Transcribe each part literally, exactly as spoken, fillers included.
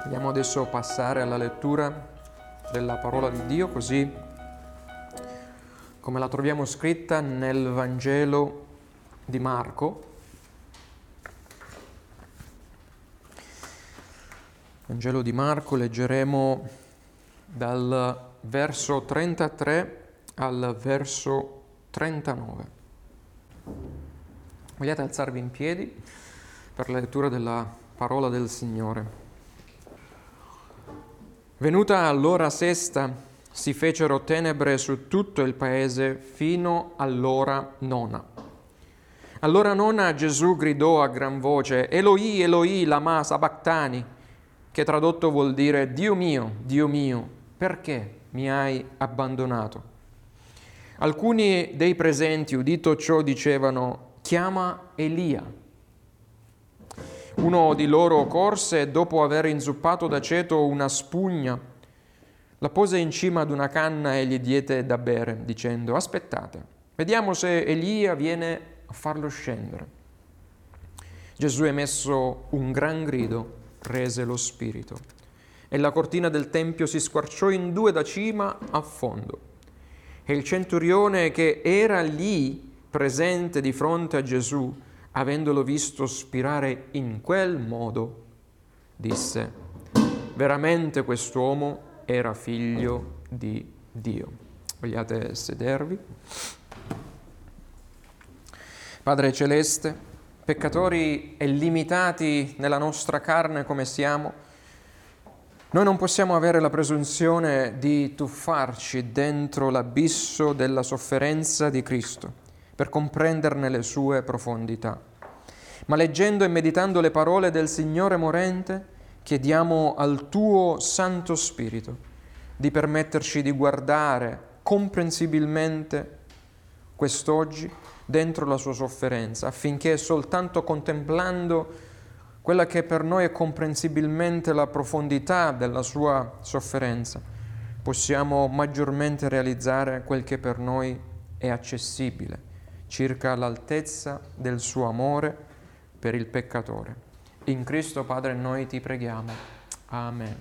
Vogliamo adesso passare alla lettura della parola di Dio, così come la troviamo scritta nel Vangelo di Marco. Vangelo di Marco, leggeremo dal verso trentatré al verso trentanove. Vogliate alzarvi in piedi per la lettura della parola del Signore. Venuta l'ora sesta, si fecero tenebre su tutto il paese fino all'ora nona. All'ora nona Gesù gridò a gran voce: Eloi, Eloi, lama sabachthani, che tradotto vuol dire Dio mio, Dio mio, perché mi hai abbandonato? Alcuni dei presenti, udito ciò, dicevano: chiama Elia. Uno di loro corse e, dopo aver inzuppato d'aceto una spugna, la pose in cima ad una canna e gli diede da bere, dicendo: aspettate, vediamo se Elia viene a farlo scendere. Gesù, emesso un gran grido, rese lo spirito, e la cortina del tempio si squarciò in due da cima a fondo. E il centurione che era lì presente di fronte a Gesù, avendolo visto spirare in quel modo, disse: veramente quest'uomo era figlio di Dio. Vogliate sedervi? Padre Celeste, peccatori e limitati nella nostra carne come siamo, noi non possiamo avere la presunzione di tuffarci dentro l'abisso della sofferenza di Cristo per comprenderne le sue profondità. Ma leggendo e meditando le parole del Signore morente, chiediamo al tuo Santo Spirito di permetterci di guardare comprensibilmente quest'oggi dentro la sua sofferenza, affinché soltanto contemplando quella che per noi è comprensibilmente la profondità della sua sofferenza, possiamo maggiormente realizzare quel che per noi è accessibile circa l'altezza del suo amore per il peccatore. In Cristo, Padre, noi ti preghiamo. Amen.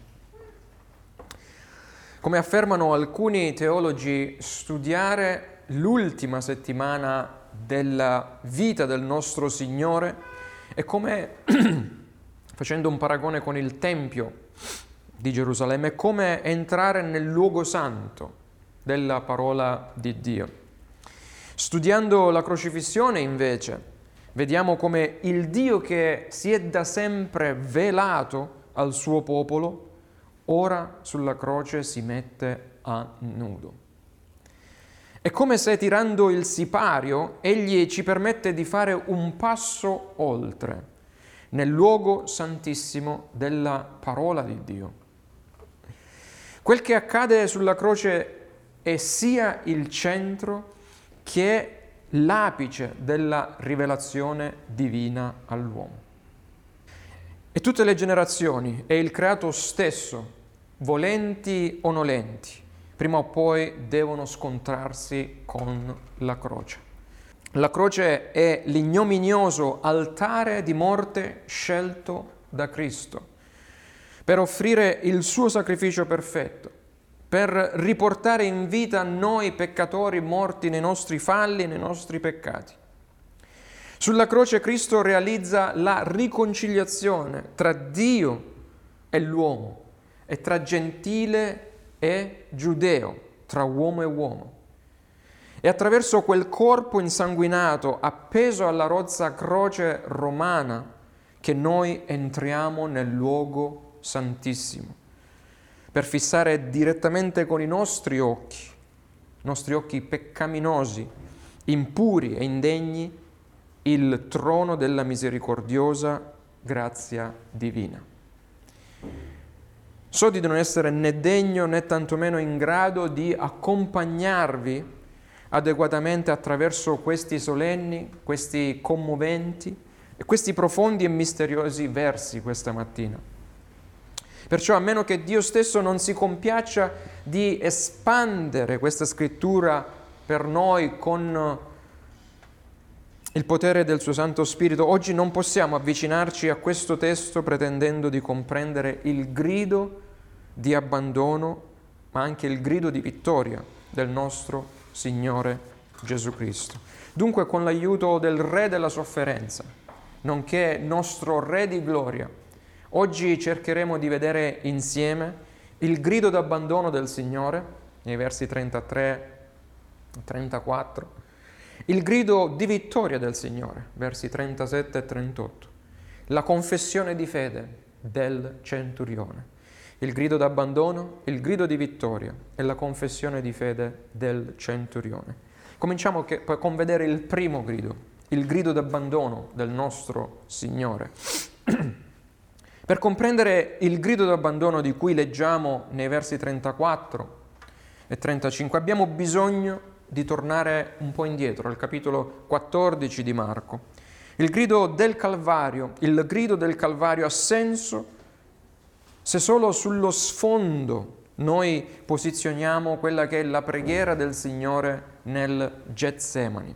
Come affermano alcuni teologi, studiare l'ultima settimana della vita del nostro Signore è come, facendo un paragone con il Tempio di Gerusalemme, è come entrare nel luogo santo della parola di Dio. Studiando la crocifissione, invece, vediamo come il Dio che si è da sempre velato al suo popolo, ora sulla croce si mette a nudo. È come se, tirando il sipario, egli ci permette di fare un passo oltre, nel luogo santissimo della parola di Dio. Quel che accade sulla croce è sia il centro che l'apice della rivelazione divina all'uomo. E tutte le generazioni e il creato stesso, volenti o nolenti, prima o poi devono scontrarsi con la croce. La croce è l'ignominioso altare di morte scelto da Cristo per offrire il suo sacrificio perfetto, per riportare in vita noi peccatori morti nei nostri falli e nei nostri peccati. Sulla croce Cristo realizza la riconciliazione tra Dio e l'uomo, e tra gentile e giudeo, tra uomo e uomo. E attraverso quel corpo insanguinato appeso alla rozza croce romana che noi entriamo nel luogo santissimo, per fissare direttamente con i nostri occhi, i nostri occhi peccaminosi, impuri e indegni, il trono della misericordiosa grazia divina. So di non essere né degno né tantomeno in grado di accompagnarvi adeguatamente attraverso questi solenni, questi commoventi e questi profondi e misteriosi versi questa mattina. Perciò, a meno che Dio stesso non si compiaccia di espandere questa scrittura per noi con il potere del suo Santo Spirito. Oggi non possiamo avvicinarci a questo testo pretendendo di comprendere il grido di abbandono, ma anche il grido di vittoria del nostro Signore Gesù Cristo. Dunque, con l'aiuto del Re della sofferenza, nonché nostro Re di gloria, oggi cercheremo di vedere insieme il grido d'abbandono del Signore, nei versi trentatré e trentaquattro, il grido di vittoria del Signore, versi trentasette e trentotto, la confessione di fede del centurione, il grido d'abbandono, il grido di vittoria e la confessione di fede del centurione. Cominciamo che, con vedere il primo grido, il grido d'abbandono del nostro Signore. Per comprendere il grido d'abbandono di cui leggiamo nei versi trentaquattro e trentacinque abbiamo bisogno di tornare un po' indietro al capitolo quattordici di Marco. Il grido del Calvario, il grido del Calvario ha senso se solo sullo sfondo noi posizioniamo quella che è la preghiera del Signore nel Getsemani.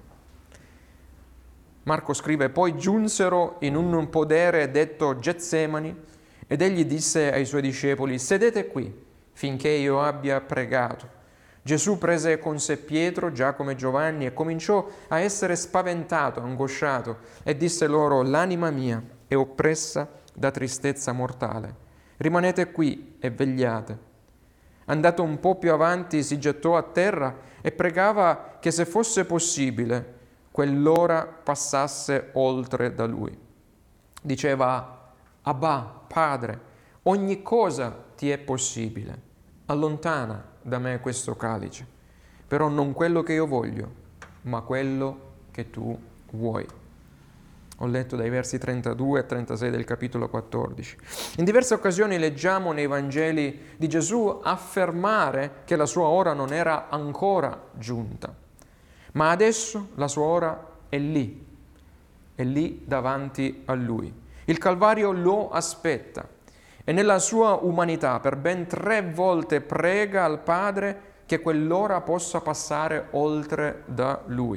Marco scrive: poi giunsero in un podere detto Getsemani ed egli disse ai suoi discepoli: sedete qui finché io abbia pregato. Gesù prese con sé Pietro, Giacomo e Giovanni e cominciò a essere spaventato, angosciato e disse loro: l'anima mia è oppressa da tristezza mortale, rimanete qui e vegliate. Andato un po' più avanti si gettò a terra e pregava che se fosse possibile quell'ora passasse oltre da lui. Diceva: Abba, Padre, ogni cosa ti è possibile, allontana da me questo calice, però non quello che io voglio, ma quello che tu vuoi. Ho letto dai versi trentadue e trentasei del capitolo quattordici. In diverse occasioni leggiamo nei Vangeli di Gesù affermare che la sua ora non era ancora giunta, ma adesso la sua ora è lì, è lì davanti a lui. Il Calvario lo aspetta. E nella sua umanità per ben tre volte prega al Padre che quell'ora possa passare oltre da lui,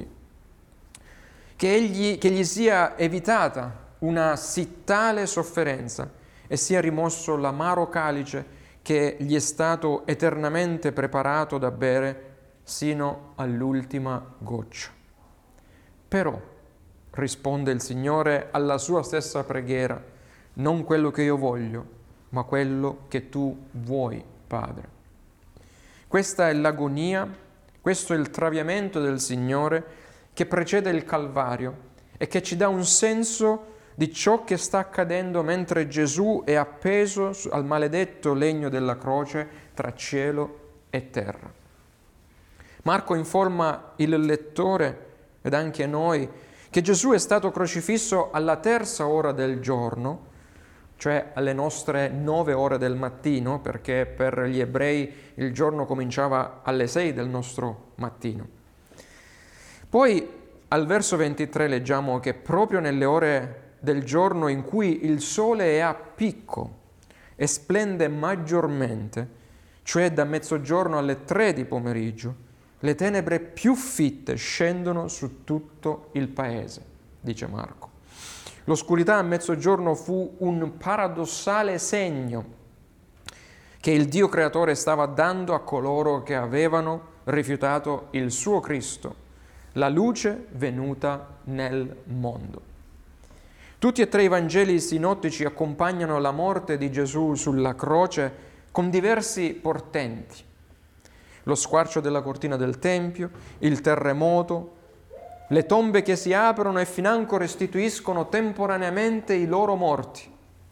che, egli, che gli sia evitata una sì tale sofferenza e sia rimosso l'amaro calice che gli è stato eternamente preparato da bere sino all'ultima goccia. Però, risponde il Signore alla sua stessa preghiera, non quello che io voglio, ma quello che tu vuoi, Padre. Questa è l'agonia, questo è il traviamento del Signore che precede il Calvario e che ci dà un senso di ciò che sta accadendo mentre Gesù è appeso al maledetto legno della croce tra cielo e terra. Marco informa il lettore ed anche noi che Gesù è stato crocifisso alla terza ora del giorno, cioè alle nostre nove ore del mattino, perché per gli ebrei il giorno cominciava alle sei del nostro mattino. Poi al verso ventitré leggiamo che proprio nelle ore del giorno in cui il sole è a picco e splende maggiormente, cioè da mezzogiorno alle tre di pomeriggio, le tenebre più fitte scendono su tutto il paese, dice Marco. L'oscurità a mezzogiorno fu un paradossale segno che il Dio creatore stava dando a coloro che avevano rifiutato il suo Cristo, la luce venuta nel mondo. Tutti e tre i Vangeli sinottici accompagnano la morte di Gesù sulla croce con diversi portenti. Lo squarcio della cortina del Tempio, il terremoto, le tombe che si aprono e financo restituiscono temporaneamente i loro morti.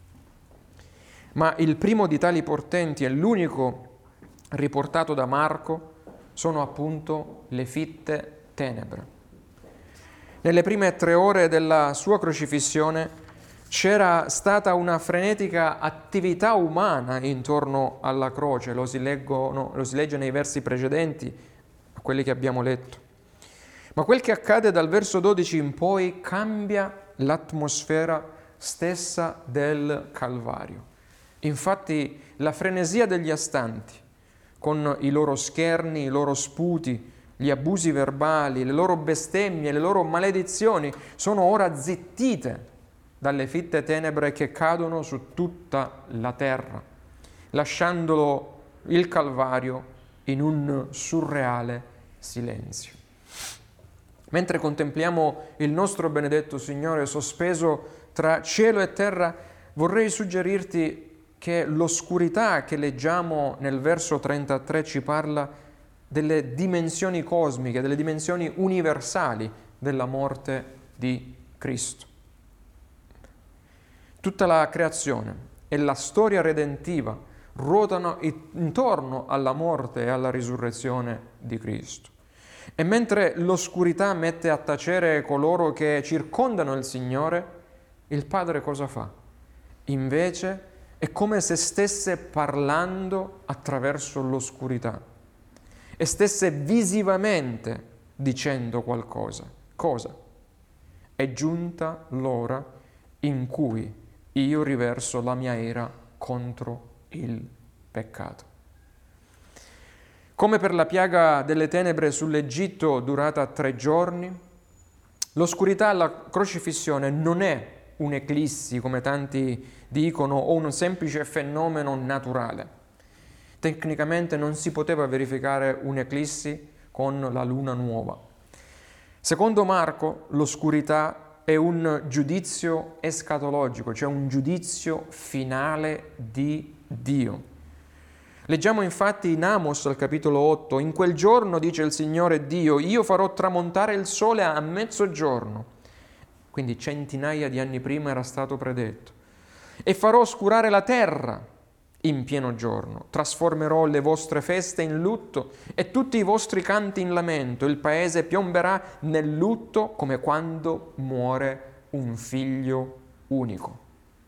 Ma il primo di tali portenti e l'unico riportato da Marco sono appunto le fitte tenebre. Nelle prime tre ore della sua crocifissione c'era stata una frenetica attività umana intorno alla croce, lo si, leggono, lo si legge nei versi precedenti a quelli che abbiamo letto. Ma quel che accade dal verso dodici in poi cambia l'atmosfera stessa del Calvario. Infatti la frenesia degli astanti, con i loro scherni, i loro sputi, gli abusi verbali, le loro bestemmie, le loro maledizioni sono ora zittite dalle fitte tenebre che cadono su tutta la terra, lasciandolo il Calvario in un surreale silenzio. Mentre contempliamo il nostro benedetto Signore sospeso tra cielo e terra, vorrei suggerirti che l'oscurità che leggiamo nel verso trentatré ci parla delle dimensioni cosmiche, delle dimensioni universali della morte di Cristo. Tutta la creazione e la storia redentiva ruotano intorno alla morte e alla risurrezione di Cristo. E mentre l'oscurità mette a tacere coloro che circondano il Signore, il Padre cosa fa? Invece è come se stesse parlando attraverso l'oscurità e stesse visivamente dicendo qualcosa. Cosa? È giunta l'ora in cui io riverso la mia ira contro il peccato. Come per la piaga delle tenebre sull'Egitto durata tre giorni, l'oscurità alla crocifissione non è un'eclissi, come tanti dicono, o un semplice fenomeno naturale. Tecnicamente non si poteva verificare un'eclissi con la luna nuova. Secondo Marco, l'oscurità è un giudizio escatologico, cioè un giudizio finale di Dio. Leggiamo infatti in Amos al capitolo otto: in quel giorno, dice il Signore Dio, io farò tramontare il sole a mezzogiorno. Quindi centinaia di anni prima era stato predetto. E farò oscurare la terra in pieno giorno. Trasformerò le vostre feste in lutto e tutti i vostri canti in lamento. Il paese piomberà nel lutto come quando muore un figlio unico.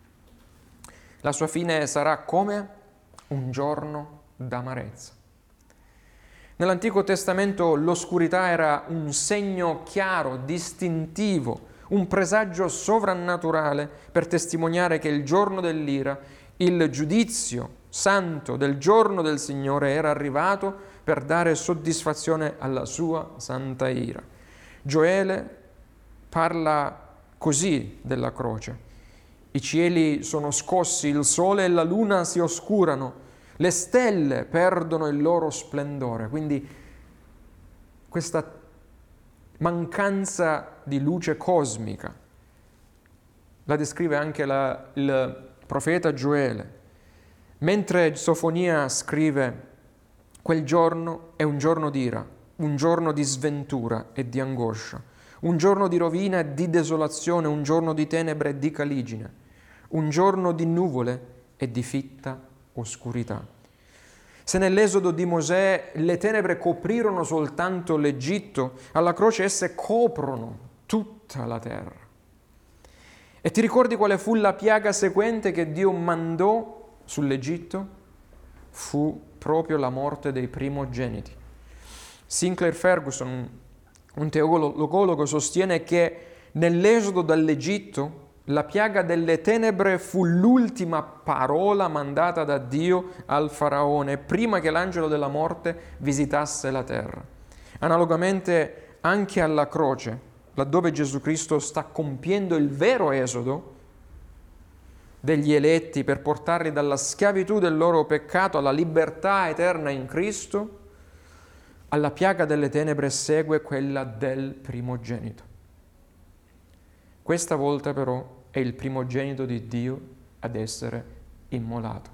La sua fine sarà come un giorno d'amarezza. Nell'Antico Testamento l'oscurità era un segno chiaro, distintivo, un presagio sovrannaturale per testimoniare che il giorno dell'ira, il giudizio santo del giorno del Signore era arrivato per dare soddisfazione alla sua santa ira. Gioele parla così della croce: i cieli sono scossi, il sole e la luna si oscurano, le stelle perdono il loro splendore. Quindi questa mancanza di luce cosmica la descrive anche la, il profeta Gioele, mentre Sofonia scrive: quel giorno è un giorno d'ira, un giorno di sventura e di angoscia, un giorno di rovina e di desolazione, un giorno di tenebre e di caligine, un giorno di nuvole e di fitta oscurità. Se nell'Esodo di Mosè le tenebre coprirono soltanto l'Egitto, alla croce esse coprono tutta la terra. E ti ricordi quale fu la piaga seguente che Dio mandò sull'Egitto? Fu proprio la morte dei primogeniti. Sinclair Ferguson, un teologo, sostiene che nell'esodo dall'Egitto la piaga delle tenebre fu l'ultima parola mandata da Dio al faraone prima che l'angelo della morte visitasse la terra. Analogamente anche alla croce, laddove Gesù Cristo sta compiendo il vero esodo degli eletti per portarli dalla schiavitù del loro peccato alla libertà eterna in Cristo, alla piaga delle tenebre segue quella del primogenito. Questa volta però è il primogenito di Dio ad essere immolato.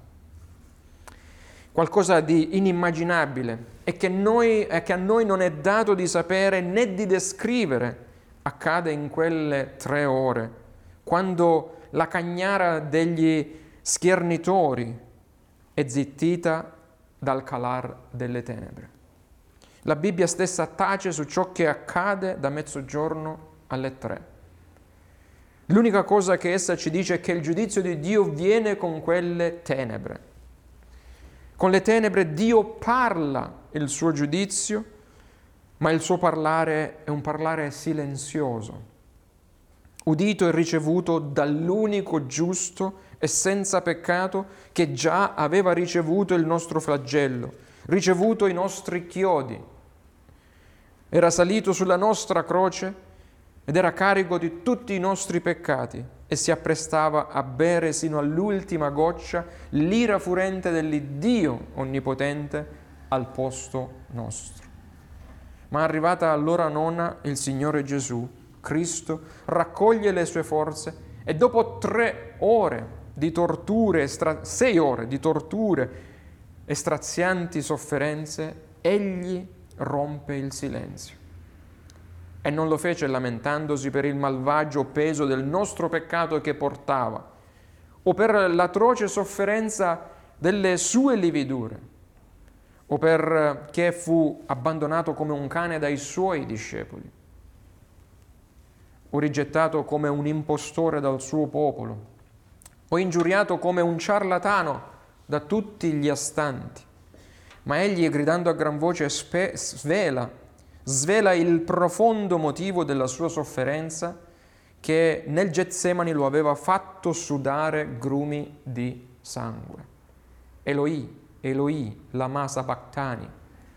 Qualcosa di inimmaginabile e che, noi, e che a noi non è dato di sapere né di descrivere accade in quelle tre ore, quando la cagnara degli schernitori è zittita dal calar delle tenebre. La Bibbia stessa tace su ciò che accade da mezzogiorno alle tre. L'unica cosa che essa ci dice è che il giudizio di Dio viene con quelle tenebre. Con le tenebre Dio parla il suo giudizio, ma il suo parlare è un parlare silenzioso, udito e ricevuto dall'unico giusto e senza peccato che già aveva ricevuto il nostro flagello, ricevuto i nostri chiodi, era salito sulla nostra croce ed era carico di tutti i nostri peccati e si apprestava a bere sino all'ultima goccia l'ira furente dell'Iddio onnipotente al posto nostro. Ma arrivata all'ora nona, il Signore Gesù, Cristo, raccoglie le sue forze e dopo tre ore di torture, stra- sei ore di torture e strazianti sofferenze, Egli rompe il silenzio. E non lo fece lamentandosi per il malvagio peso del nostro peccato che portava, o per l'atroce sofferenza delle sue lividure, o perché fu abbandonato come un cane dai suoi discepoli, o rigettato come un impostore dal suo popolo, o ingiuriato come un ciarlatano da tutti gli astanti. Ma egli, gridando a gran voce, spe- svela, svela il profondo motivo della sua sofferenza, che nel Getsemani lo aveva fatto sudare grumi di sangue. Eloi, Eloi, lama sabachthani.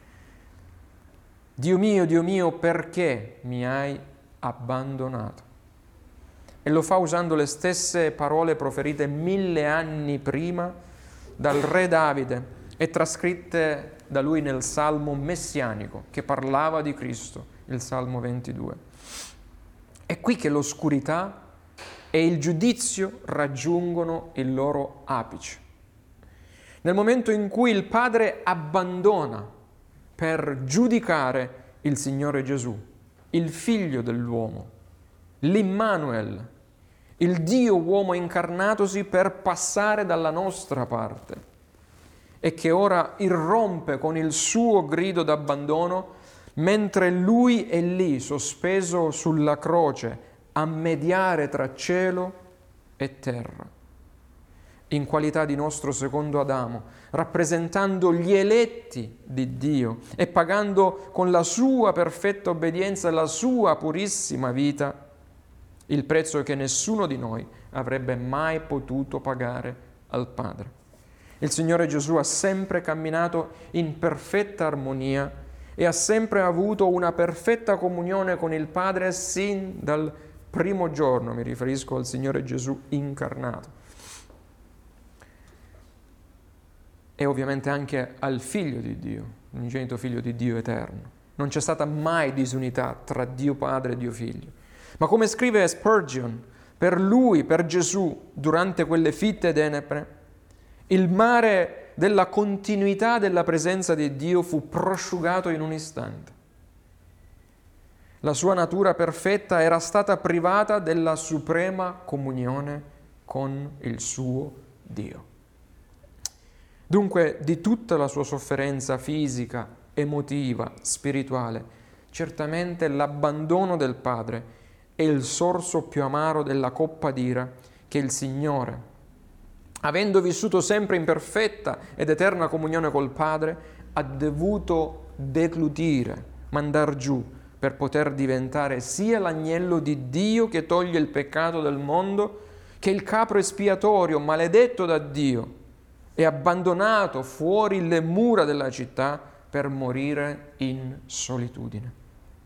Dio mio, Dio mio, perché mi hai abbandonato? E lo fa usando le stesse parole proferite mille anni prima dal re Davide e trascritte da lui nel Salmo messianico che parlava di Cristo, il Salmo ventidue. È qui che l'oscurità e il giudizio raggiungono il loro apice. Nel momento in cui il Padre abbandona per giudicare il Signore Gesù, il Figlio dell'uomo, l'Immanuel, il Dio uomo incarnatosi per passare dalla nostra parte, e che ora irrompe con il suo grido d'abbandono, mentre Lui è lì, sospeso sulla croce, a mediare tra cielo e terra, in qualità di nostro secondo Adamo, rappresentando gli eletti di Dio e pagando con la sua perfetta obbedienza e la sua purissima vita il prezzo che nessuno di noi avrebbe mai potuto pagare al Padre. Il Signore Gesù ha sempre camminato in perfetta armonia e ha sempre avuto una perfetta comunione con il Padre sin dal primo giorno, mi riferisco al Signore Gesù incarnato. E ovviamente anche al Figlio di Dio, l'unigenito Figlio di Dio eterno. Non c'è stata mai disunità tra Dio Padre e Dio Figlio. Ma come scrive Spurgeon, per Lui, per Gesù, durante quelle fitte tenebre, il mare della continuità della presenza di Dio fu prosciugato in un istante. La sua natura perfetta era stata privata della suprema comunione con il suo Dio. Dunque, di tutta la sua sofferenza fisica, emotiva, spirituale, certamente l'abbandono del Padre è il sorso più amaro della coppa d'ira che il Signore, avendo vissuto sempre in perfetta ed eterna comunione col Padre, ha dovuto deglutire, mandar giù, per poter diventare sia l'agnello di Dio che toglie il peccato del mondo, che il capro espiatorio maledetto da Dio e abbandonato fuori le mura della città per morire in solitudine.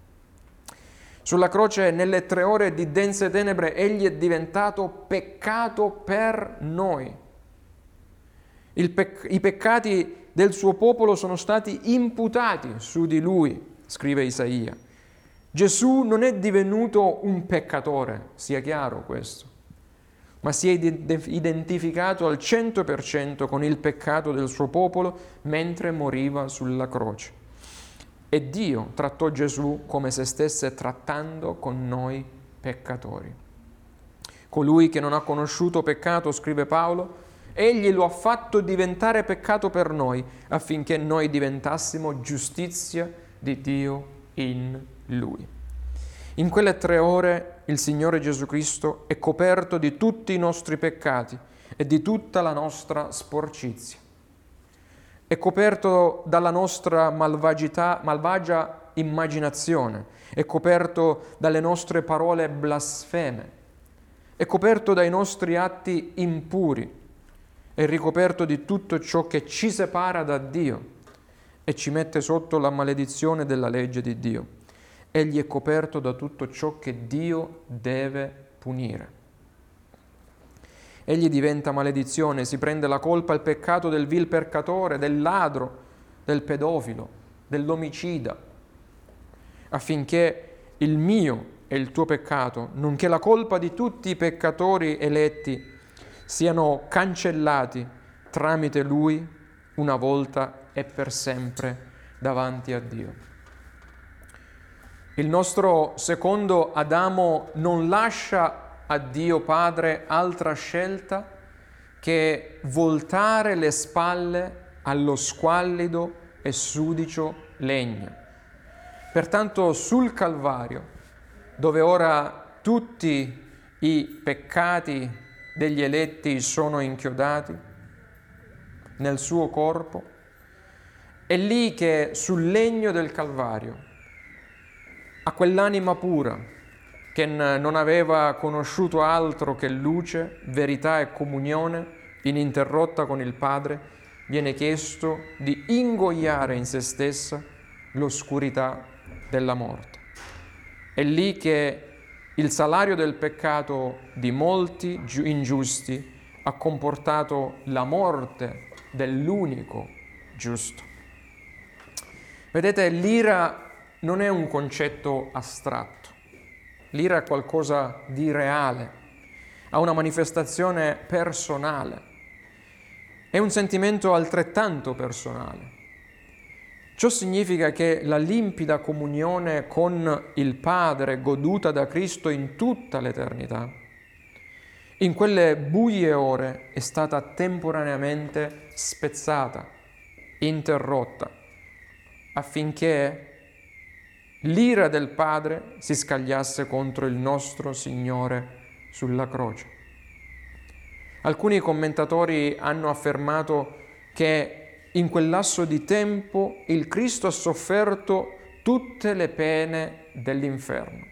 Sulla croce, nelle tre ore di dense tenebre, egli è diventato peccato per noi. Il pec- I peccati del suo popolo sono stati imputati su di lui, scrive Isaia. Gesù non è divenuto un peccatore, sia chiaro questo, ma si è identificato al cento per cento con il peccato del suo popolo mentre moriva sulla croce. E Dio trattò Gesù come se stesse trattando con noi peccatori. Colui che non ha conosciuto peccato, scrive Paolo, egli lo ha fatto diventare peccato per noi, affinché noi diventassimo giustizia di Dio in Lui. In quelle tre ore il Signore Gesù Cristo è coperto di tutti i nostri peccati e di tutta la nostra sporcizia. È coperto dalla nostra malvagità, malvagia immaginazione, è coperto dalle nostre parole blasfeme, è coperto dai nostri atti impuri, è ricoperto di tutto ciò che ci separa da Dio e ci mette sotto la maledizione della legge di Dio. egli è coperto da tutto ciò che Dio deve punire. Egli diventa maledizione, si prende la colpa e il peccato del vil peccatore, del ladro, del pedofilo, dell'omicida, affinché il mio e il tuo peccato, nonché la colpa di tutti i peccatori eletti, siano cancellati tramite Lui una volta e per sempre davanti a Dio. Il nostro secondo Adamo non lascia a Dio Padre altra scelta che voltare le spalle allo squallido e sudicio legno. Pertanto sul Calvario, dove ora tutti i peccati degli eletti sono inchiodati nel suo corpo, è lì che sul legno del Calvario, a quell'anima pura, che non aveva conosciuto altro che luce, verità e comunione ininterrotta con il Padre, viene chiesto di ingoiare in se stessa l'oscurità della morte. È lì che il salario del peccato di molti ingiusti ha comportato la morte dell'unico giusto. Vedete, l'ira non è un concetto astratto. L'ira è qualcosa di reale, ha una manifestazione personale, è un sentimento altrettanto personale. Ciò significa che la limpida comunione con il Padre goduta da Cristo in tutta l'eternità, in quelle buie ore è stata temporaneamente spezzata, interrotta, affinché l'ira del Padre si scagliasse contro il nostro Signore sulla croce. Alcuni commentatori hanno affermato che in quel lasso di tempo il Cristo ha sofferto tutte le pene dell'inferno.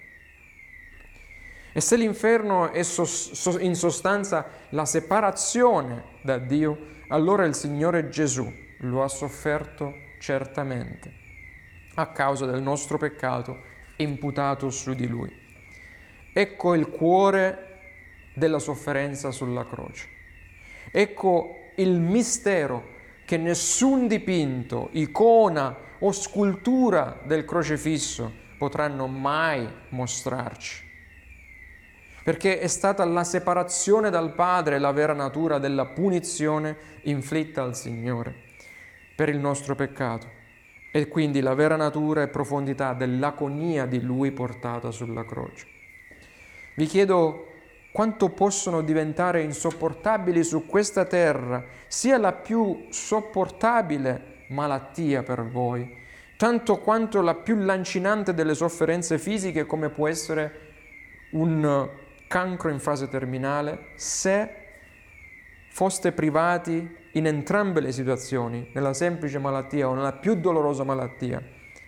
E se l'inferno è in sostanza la separazione da Dio, allora il Signore Gesù lo ha sofferto certamente, a causa del nostro peccato imputato su di Lui. Ecco il cuore della sofferenza sulla croce. Ecco il mistero che nessun dipinto, icona o scultura del crocifisso potranno mai mostrarci. Perché è stata la separazione dal Padre la vera natura della punizione inflitta al Signore per il nostro peccato. E quindi la vera natura e profondità dell'agonia di Lui portata sulla croce. Vi chiedo quanto possono diventare insopportabili su questa terra sia la più sopportabile malattia per voi, tanto quanto la più lancinante delle sofferenze fisiche, come può essere un cancro in fase terminale, se foste privati in entrambe le situazioni, nella semplice malattia o nella più dolorosa malattia,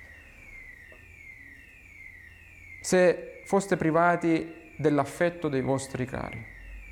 se foste privati dell'affetto dei vostri cari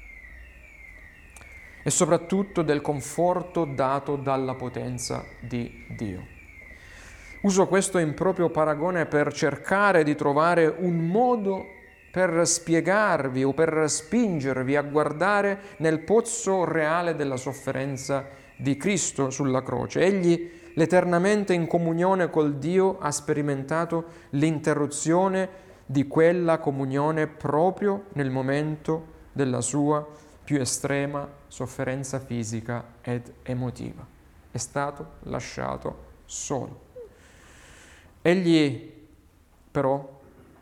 e soprattutto del conforto dato dalla potenza di Dio. Uso questo in proprio paragone per cercare di trovare un modo per spiegarvi o per spingervi a guardare nel pozzo reale della sofferenza di Cristo sulla croce. Egli, l'eternamente in comunione col Dio, ha sperimentato l'interruzione di quella comunione proprio nel momento della sua più estrema sofferenza fisica ed emotiva. È stato lasciato solo. Egli, però,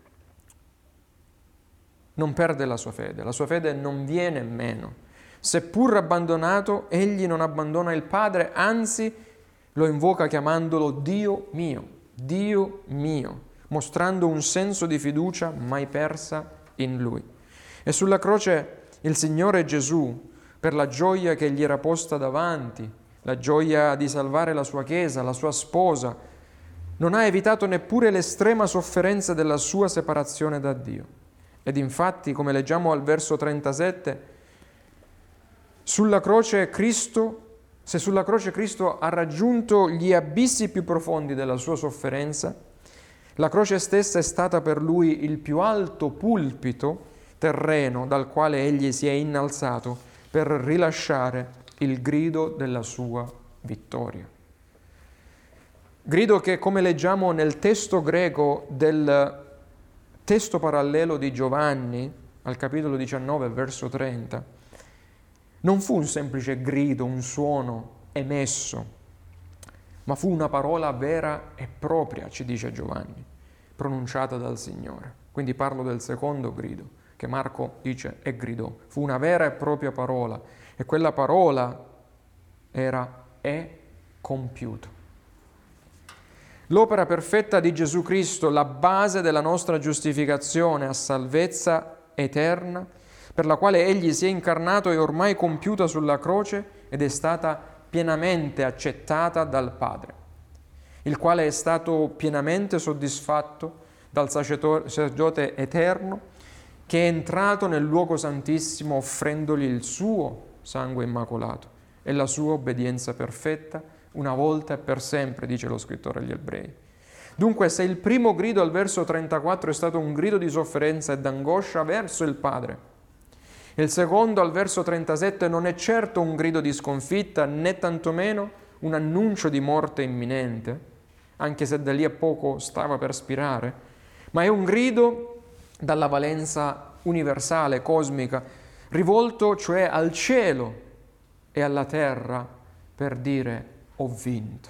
non perde la sua fede, la sua fede non viene meno. Seppur abbandonato, egli non abbandona il Padre, anzi lo invoca chiamandolo Dio mio, Dio mio, mostrando un senso di fiducia mai persa in Lui. E sulla croce il Signore Gesù, per la gioia che gli era posta davanti, la gioia di salvare la sua Chiesa, la sua sposa, non ha evitato neppure l'estrema sofferenza della sua separazione da Dio. Ed infatti, come leggiamo al verso trentasette, sulla croce Cristo, se sulla croce Cristo ha raggiunto gli abissi più profondi della sua sofferenza, La croce stessa è stata per lui il più alto pulpito terreno dal quale egli si è innalzato per rilasciare il grido della sua vittoria. Grido che, come leggiamo nel testo greco del testo parallelo di Giovanni, al capitolo diciannove, verso trenta, non fu un semplice grido, un suono emesso, ma fu una parola vera e propria, ci dice Giovanni, pronunciata dal Signore. Quindi parlo del secondo grido, che Marco dice e gridò. Fu una vera e propria parola, e quella parola era è compiuto. L'opera perfetta di Gesù Cristo, la base della nostra giustificazione a salvezza eterna, per la quale Egli si è incarnato e ormai compiuta sulla croce ed è stata pienamente accettata dal Padre, il quale è stato pienamente soddisfatto dal sacerdote eterno che è entrato nel luogo santissimo offrendogli il suo sangue immacolato e la sua obbedienza perfetta una volta e per sempre, dice lo scrittore agli Ebrei. Dunque, se il primo grido al verso trentaquattro è stato un grido di sofferenza e d'angoscia verso il Padre, il secondo al verso trentasette non è certo un grido di sconfitta, né tantomeno un annuncio di morte imminente, anche se da lì a poco stava per spirare, ma è un grido dalla valenza universale, cosmica, rivolto cioè al cielo e alla terra per dire ho vinto.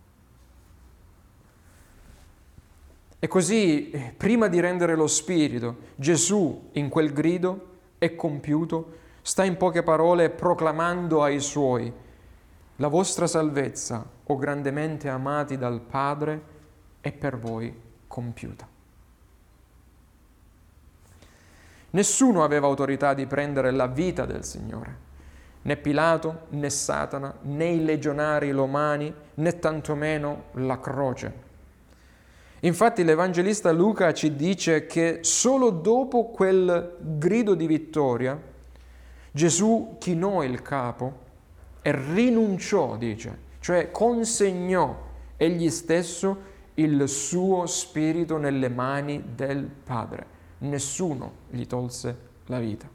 E così, prima di rendere lo spirito, Gesù in quel grido è compiuto, sta in poche parole proclamando ai suoi: la vostra salvezza, o grandemente amati dal Padre, è per voi compiuta. Nessuno aveva autorità di prendere la vita del Signore, né Pilato, né Satana, né i legionari romani, né tantomeno la croce. Infatti l'Evangelista Luca ci dice che solo dopo quel grido di vittoria Gesù chinò il capo e rinunciò, dice, cioè consegnò egli stesso il suo spirito nelle mani del Padre. Nessuno gli tolse la vita.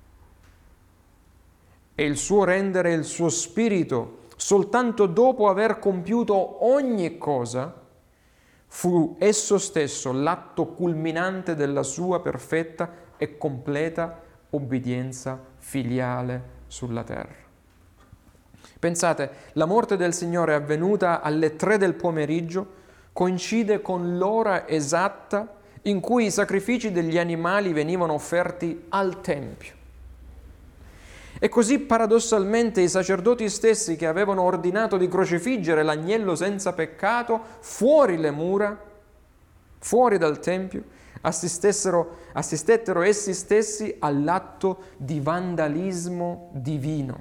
E il suo rendere il suo spirito soltanto dopo aver compiuto ogni cosa fu esso stesso l'atto culminante della sua perfetta e completa obbedienza filiale sulla terra. Pensate, la morte del Signore avvenuta alle tre del pomeriggio coincide con l'ora esatta in cui i sacrifici degli animali venivano offerti al Tempio. E così paradossalmente i sacerdoti stessi che avevano ordinato di crocifiggere l'agnello senza peccato fuori le mura, fuori dal Tempio, assistessero, assistettero essi stessi all'atto di vandalismo divino,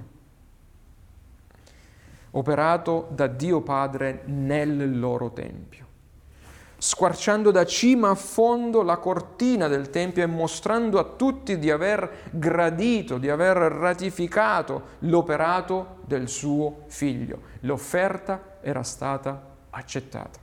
operato da Dio Padre nel loro Tempio, squarciando da cima a fondo la cortina del Tempio e mostrando a tutti di aver gradito, di aver ratificato l'operato del suo Figlio. L'offerta era stata accettata.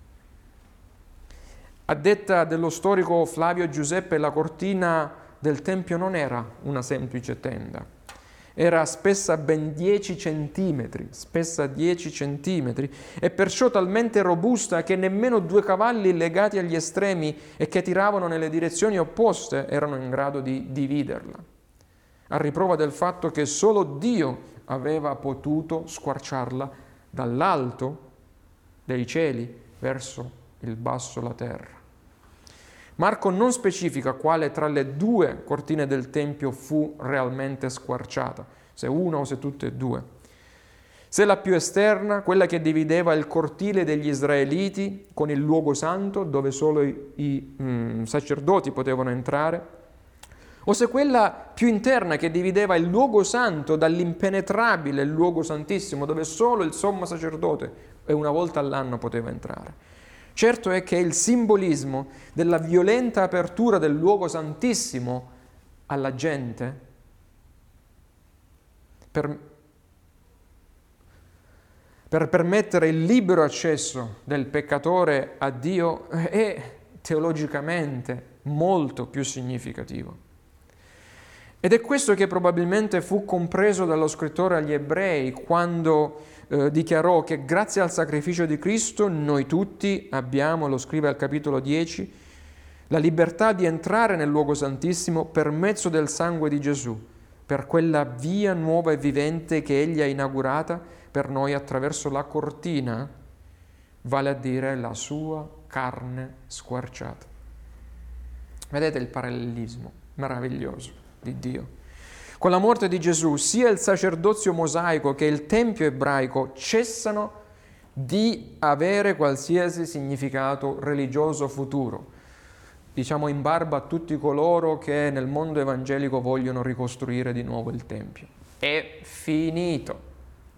A detta dello storico Flavio Giuseppe, la cortina del Tempio non era una semplice tenda. Era spessa ben dieci centimetri, spessa dieci centimetri, e perciò talmente robusta che nemmeno due cavalli legati agli estremi e che tiravano nelle direzioni opposte erano in grado di dividerla, a riprova del fatto che solo Dio aveva potuto squarciarla dall'alto dei cieli verso il basso la terra. Marco non specifica quale tra le due cortine del Tempio fu realmente squarciata, se una o se tutte e due. Se la più esterna, quella che divideva il cortile degli Israeliti con il luogo santo, dove solo i, i mm, sacerdoti potevano entrare, o se quella più interna che divideva il luogo santo dall'impenetrabile luogo santissimo, dove solo il sommo sacerdote e una volta all'anno poteva entrare. Certo è che il simbolismo della violenta apertura del luogo santissimo alla gente per, per permettere il libero accesso del peccatore a Dio è teologicamente molto più significativo. Ed è questo che probabilmente fu compreso dallo scrittore agli Ebrei quando eh, dichiarò che grazie al sacrificio di Cristo noi tutti abbiamo, lo scrive al capitolo dieci, la libertà di entrare nel luogo santissimo per mezzo del sangue di Gesù, per quella via nuova e vivente che Egli ha inaugurata per noi attraverso la cortina, vale a dire la sua carne squarciata. Vedete il parallelismo meraviglioso di Dio. Con la morte di Gesù, sia il sacerdozio mosaico che il tempio ebraico cessano di avere qualsiasi significato religioso futuro, diciamo in barba a tutti coloro che nel mondo evangelico vogliono ricostruire di nuovo il tempio. È finito.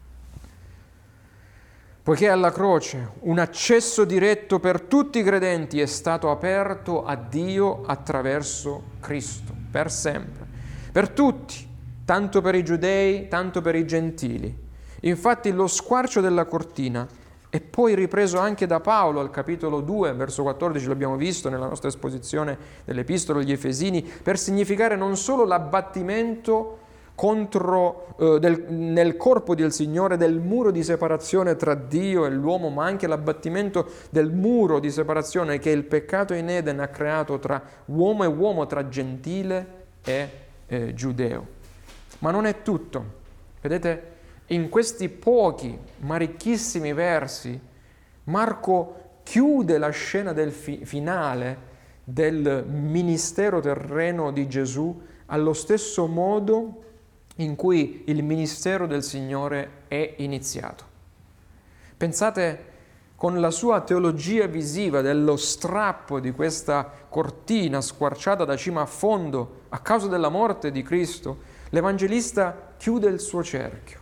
Poiché alla croce un accesso diretto per tutti i credenti è stato aperto a Dio attraverso Cristo, per sempre. Per tutti, tanto per i giudei, tanto per i gentili. Infatti lo squarcio della cortina è poi ripreso anche da Paolo al capitolo due, verso quattordici, l'abbiamo visto nella nostra esposizione dell'Epistola agli Efesini, per significare non solo l'abbattimento contro, eh, del, nel corpo del Signore del muro di separazione tra Dio e l'uomo, ma anche l'abbattimento del muro di separazione che il peccato in Eden ha creato tra uomo e uomo, tra gentile e Eh, giudeo. Ma non è tutto. Vedete, in questi pochi ma ricchissimi versi Marco chiude la scena del fi- finale del ministero terreno di Gesù allo stesso modo in cui il ministero del Signore è iniziato. Pensate, con la sua teologia visiva dello strappo di questa cortina squarciata da cima a fondo a causa della morte di Cristo, l'Evangelista chiude il suo cerchio,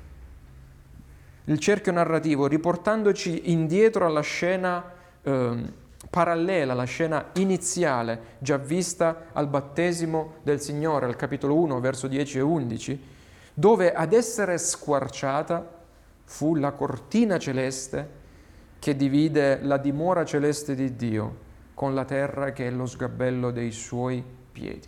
il cerchio narrativo, riportandoci indietro alla scena eh, parallela, alla scena iniziale, già vista al battesimo del Signore, al capitolo uno, verso dieci e undici, dove ad essere squarciata fu la cortina celeste che divide la dimora celeste di Dio con la terra che è lo sgabello dei suoi piedi.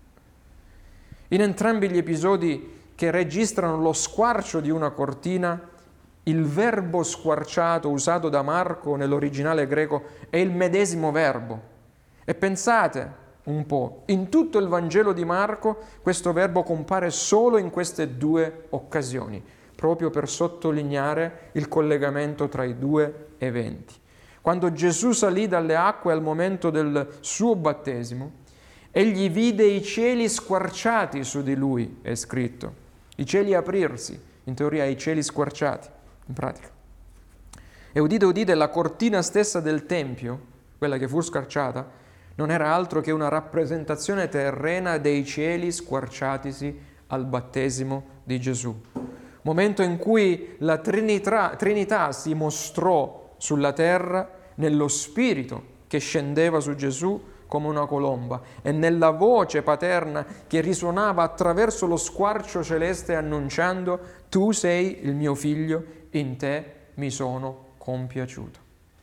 In entrambi gli episodi che registrano lo squarcio di una cortina, il verbo squarciato usato da Marco nell'originale greco è il medesimo verbo. E pensate un po', in tutto il Vangelo di Marco questo verbo compare solo in queste due occasioni, proprio per sottolineare il collegamento tra i due eventi. Quando Gesù salì dalle acque al momento del suo battesimo, egli vide i cieli squarciati su di lui, è scritto, i cieli aprirsi, in teoria i cieli squarciati, in pratica. E udite, udite, la cortina stessa del Tempio, quella che fu squarciata, non era altro che una rappresentazione terrena dei cieli squarciatisi al battesimo di Gesù. Momento in cui la Trinità, Trinità si mostrò sulla terra nello Spirito che scendeva su Gesù come una colomba e nella voce paterna che risuonava attraverso lo squarcio celeste annunciando: tu sei il mio figlio, in te mi sono compiaciuto.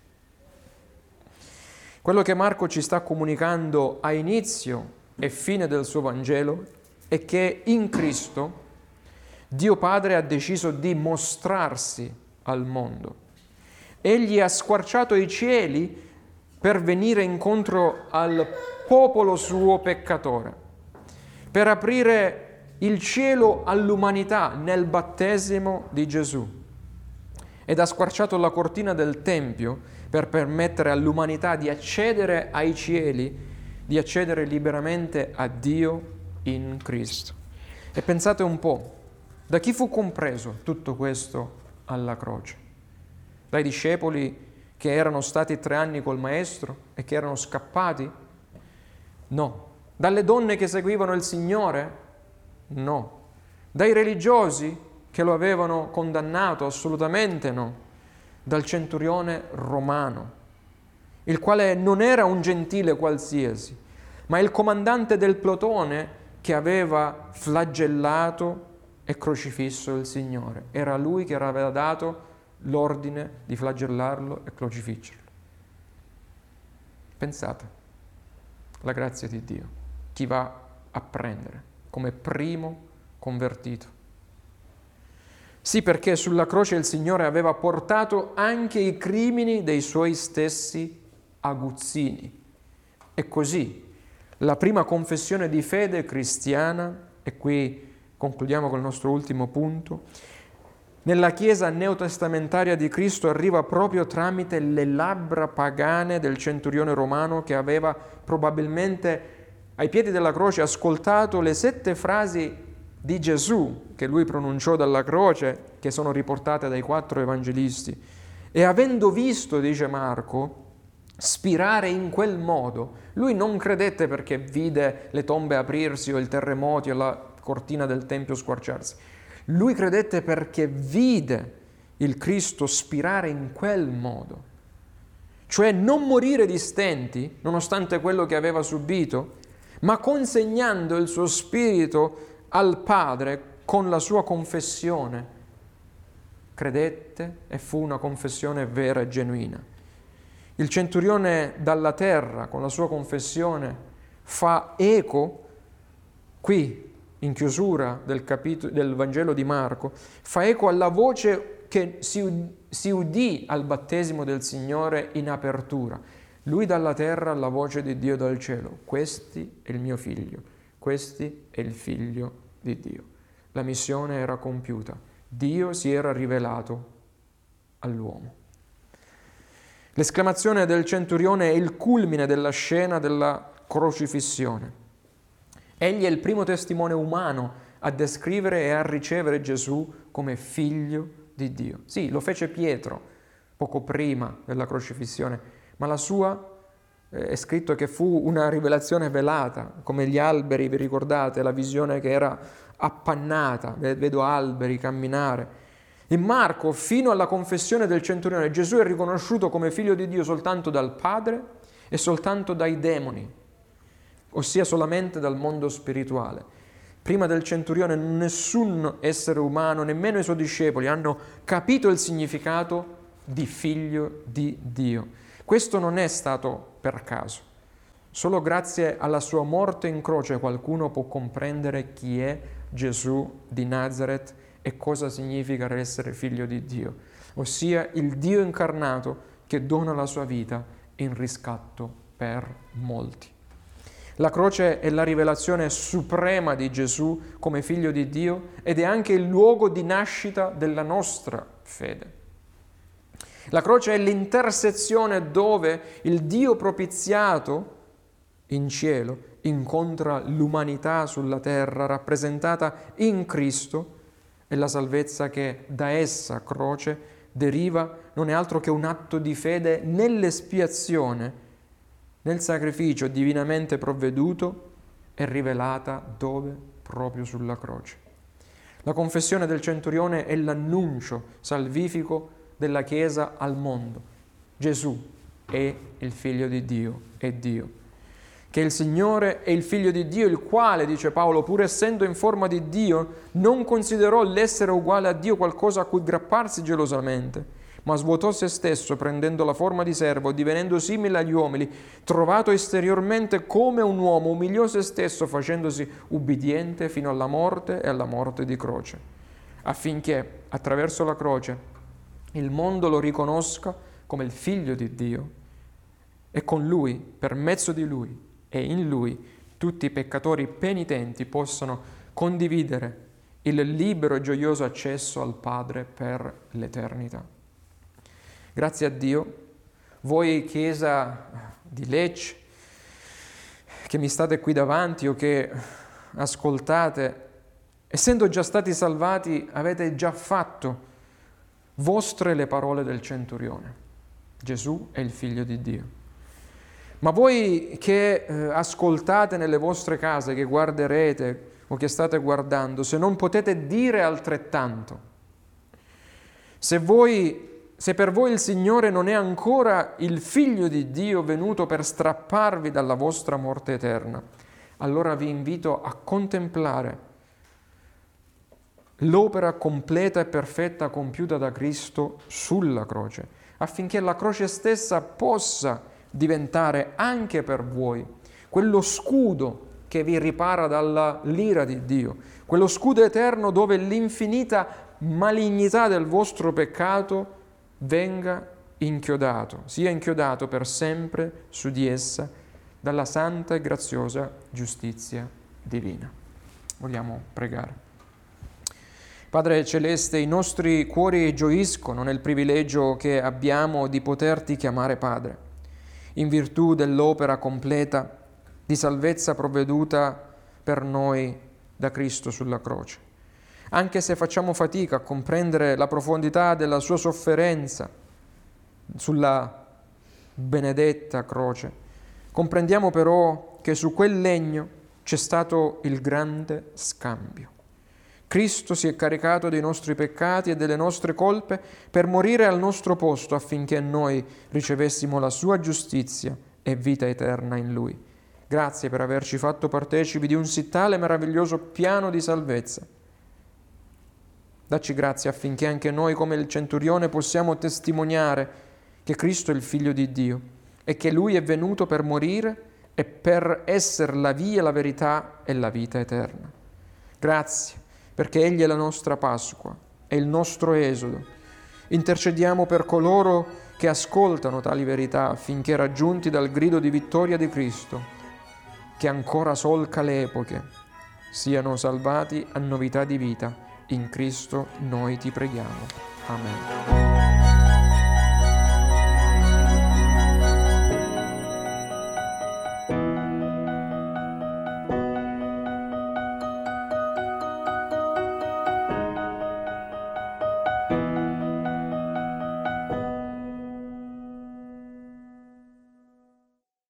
Quello che Marco ci sta comunicando a inizio e fine del suo Vangelo è che in Cristo Dio Padre ha deciso di mostrarsi al mondo. Egli ha squarciato i cieli per venire incontro al popolo suo peccatore, per aprire il cielo all'umanità nel battesimo di Gesù. Ed ha squarciato la cortina del Tempio per permettere all'umanità di accedere ai cieli, di accedere liberamente a Dio in Cristo. E pensate un po', da chi fu compreso tutto questo alla croce? Dai discepoli che erano stati tre anni col Maestro e che erano scappati? No. Dalle donne che seguivano il Signore? No. Dai religiosi che lo avevano condannato? Assolutamente no. Dal centurione romano, il quale non era un gentile qualsiasi, ma il comandante del plotone che aveva flagellato e crocifisso il Signore. Era lui che aveva dato l'ordine di flagellarlo e crocifiggerlo. Pensate, la grazia di Dio, chi va a prendere come primo convertito. Sì, perché sulla croce il Signore aveva portato anche i crimini dei suoi stessi aguzzini. E così la prima confessione di fede cristiana, e qui concludiamo col nostro ultimo punto, nella Chiesa neotestamentaria di Cristo arriva proprio tramite le labbra pagane del centurione romano che aveva probabilmente ai piedi della croce ascoltato le sette frasi di Gesù che lui pronunciò dalla croce, che sono riportate dai quattro evangelisti. E avendo visto, dice Marco, spirare in quel modo, lui non credette perché vide le tombe aprirsi o il terremoto o la cortina del Tempio squarciarsi. Lui credette perché vide il Cristo spirare in quel modo, cioè non morire di stenti, nonostante quello che aveva subito, ma consegnando il suo spirito al Padre con la sua confessione. Credette e fu una confessione vera e genuina. Il centurione dalla terra, con la sua confessione, fa eco, qui in chiusura del, capitolo, del Vangelo di Marco, fa eco alla voce che si, si udì al battesimo del Signore in apertura. Lui dalla terra, la voce di Dio dal cielo. Questi è il mio figlio, questi è il figlio di Dio. La missione era compiuta. Dio si era rivelato all'uomo. L'esclamazione del centurione è il culmine della scena della crocifissione. Egli è il primo testimone umano a descrivere e a ricevere Gesù come figlio di Dio. Sì, lo fece Pietro poco prima della crocifissione, ma la sua eh, è scritto che fu una rivelazione velata, come gli alberi, vi ricordate, la visione che era appannata, vedo alberi camminare. In Marco, fino alla confessione del centurione, Gesù è riconosciuto come figlio di Dio soltanto dal Padre e soltanto dai demoni, ossia solamente dal mondo spirituale. Prima del centurione nessun essere umano, nemmeno i suoi discepoli, hanno capito il significato di figlio di Dio. Questo non è stato per caso. Solo grazie alla sua morte in croce qualcuno può comprendere chi è Gesù di Nazaret e cosa significa essere figlio di Dio, ossia il Dio incarnato che dona la sua vita in riscatto per molti. La croce è la rivelazione suprema di Gesù come figlio di Dio ed è anche il luogo di nascita della nostra fede. La croce è l'intersezione dove il Dio propiziato in cielo incontra l'umanità sulla terra rappresentata in Cristo e la salvezza che da essa, croce, deriva non è altro che un atto di fede nell'espiazione, nel sacrificio divinamente provveduto e rivelata dove? Proprio sulla croce. La confessione del centurione è l'annuncio salvifico della Chiesa al mondo. Gesù è il Figlio di Dio, è Dio. Che il Signore è il Figlio di Dio, il quale, dice Paolo, pur essendo in forma di Dio, non considerò l'essere uguale a Dio qualcosa a cui grapparsi gelosamente, ma svuotò se stesso, prendendo la forma di servo, divenendo simile agli uomini, trovato esteriormente come un uomo, umiliò se stesso, facendosi ubbidiente fino alla morte e alla morte di croce, affinché, attraverso la croce, il mondo lo riconosca come il Figlio di Dio e con Lui, per mezzo di Lui e in Lui, tutti i peccatori penitenti possano condividere il libero e gioioso accesso al Padre per l'eternità. Grazie a Dio, voi Chiesa di Lecce, che mi state qui davanti o che ascoltate, essendo già stati salvati, avete già fatto vostre le parole del centurione. Gesù è il Figlio di Dio. Ma voi che eh, ascoltate nelle vostre case, che guarderete o che state guardando, se non potete dire altrettanto, se voi Se per voi il Signore non è ancora il Figlio di Dio venuto per strapparvi dalla vostra morte eterna, allora vi invito a contemplare l'opera completa e perfetta compiuta da Cristo sulla croce, affinché la croce stessa possa diventare anche per voi quello scudo che vi ripara dalla l'ira di Dio, quello scudo eterno dove l'infinita malignità del vostro peccato venga inchiodato, sia inchiodato per sempre su di essa dalla santa e graziosa giustizia divina. Vogliamo pregare. Padre Celeste, i nostri cuori gioiscono nel privilegio che abbiamo di poterti chiamare Padre, in virtù dell'opera completa di salvezza provveduta per noi da Cristo sulla croce. Anche se facciamo fatica a comprendere la profondità della sua sofferenza sulla benedetta croce, comprendiamo però che su quel legno c'è stato il grande scambio. Cristo si è caricato dei nostri peccati e delle nostre colpe per morire al nostro posto affinché noi ricevessimo la sua giustizia e vita eterna in Lui. Grazie per averci fatto partecipi di un sì tale meraviglioso piano di salvezza. Dacci grazia affinché anche noi, come il centurione, possiamo testimoniare che Cristo è il Figlio di Dio e che Lui è venuto per morire e per essere la via, la verità e la vita eterna. Grazie, perché Egli è la nostra Pasqua, è il nostro esodo. Intercediamo per coloro che ascoltano tali verità affinché, raggiunti dal grido di vittoria di Cristo, che ancora solca le epoche, siano salvati a novità di vita. In Cristo noi ti preghiamo. Amen.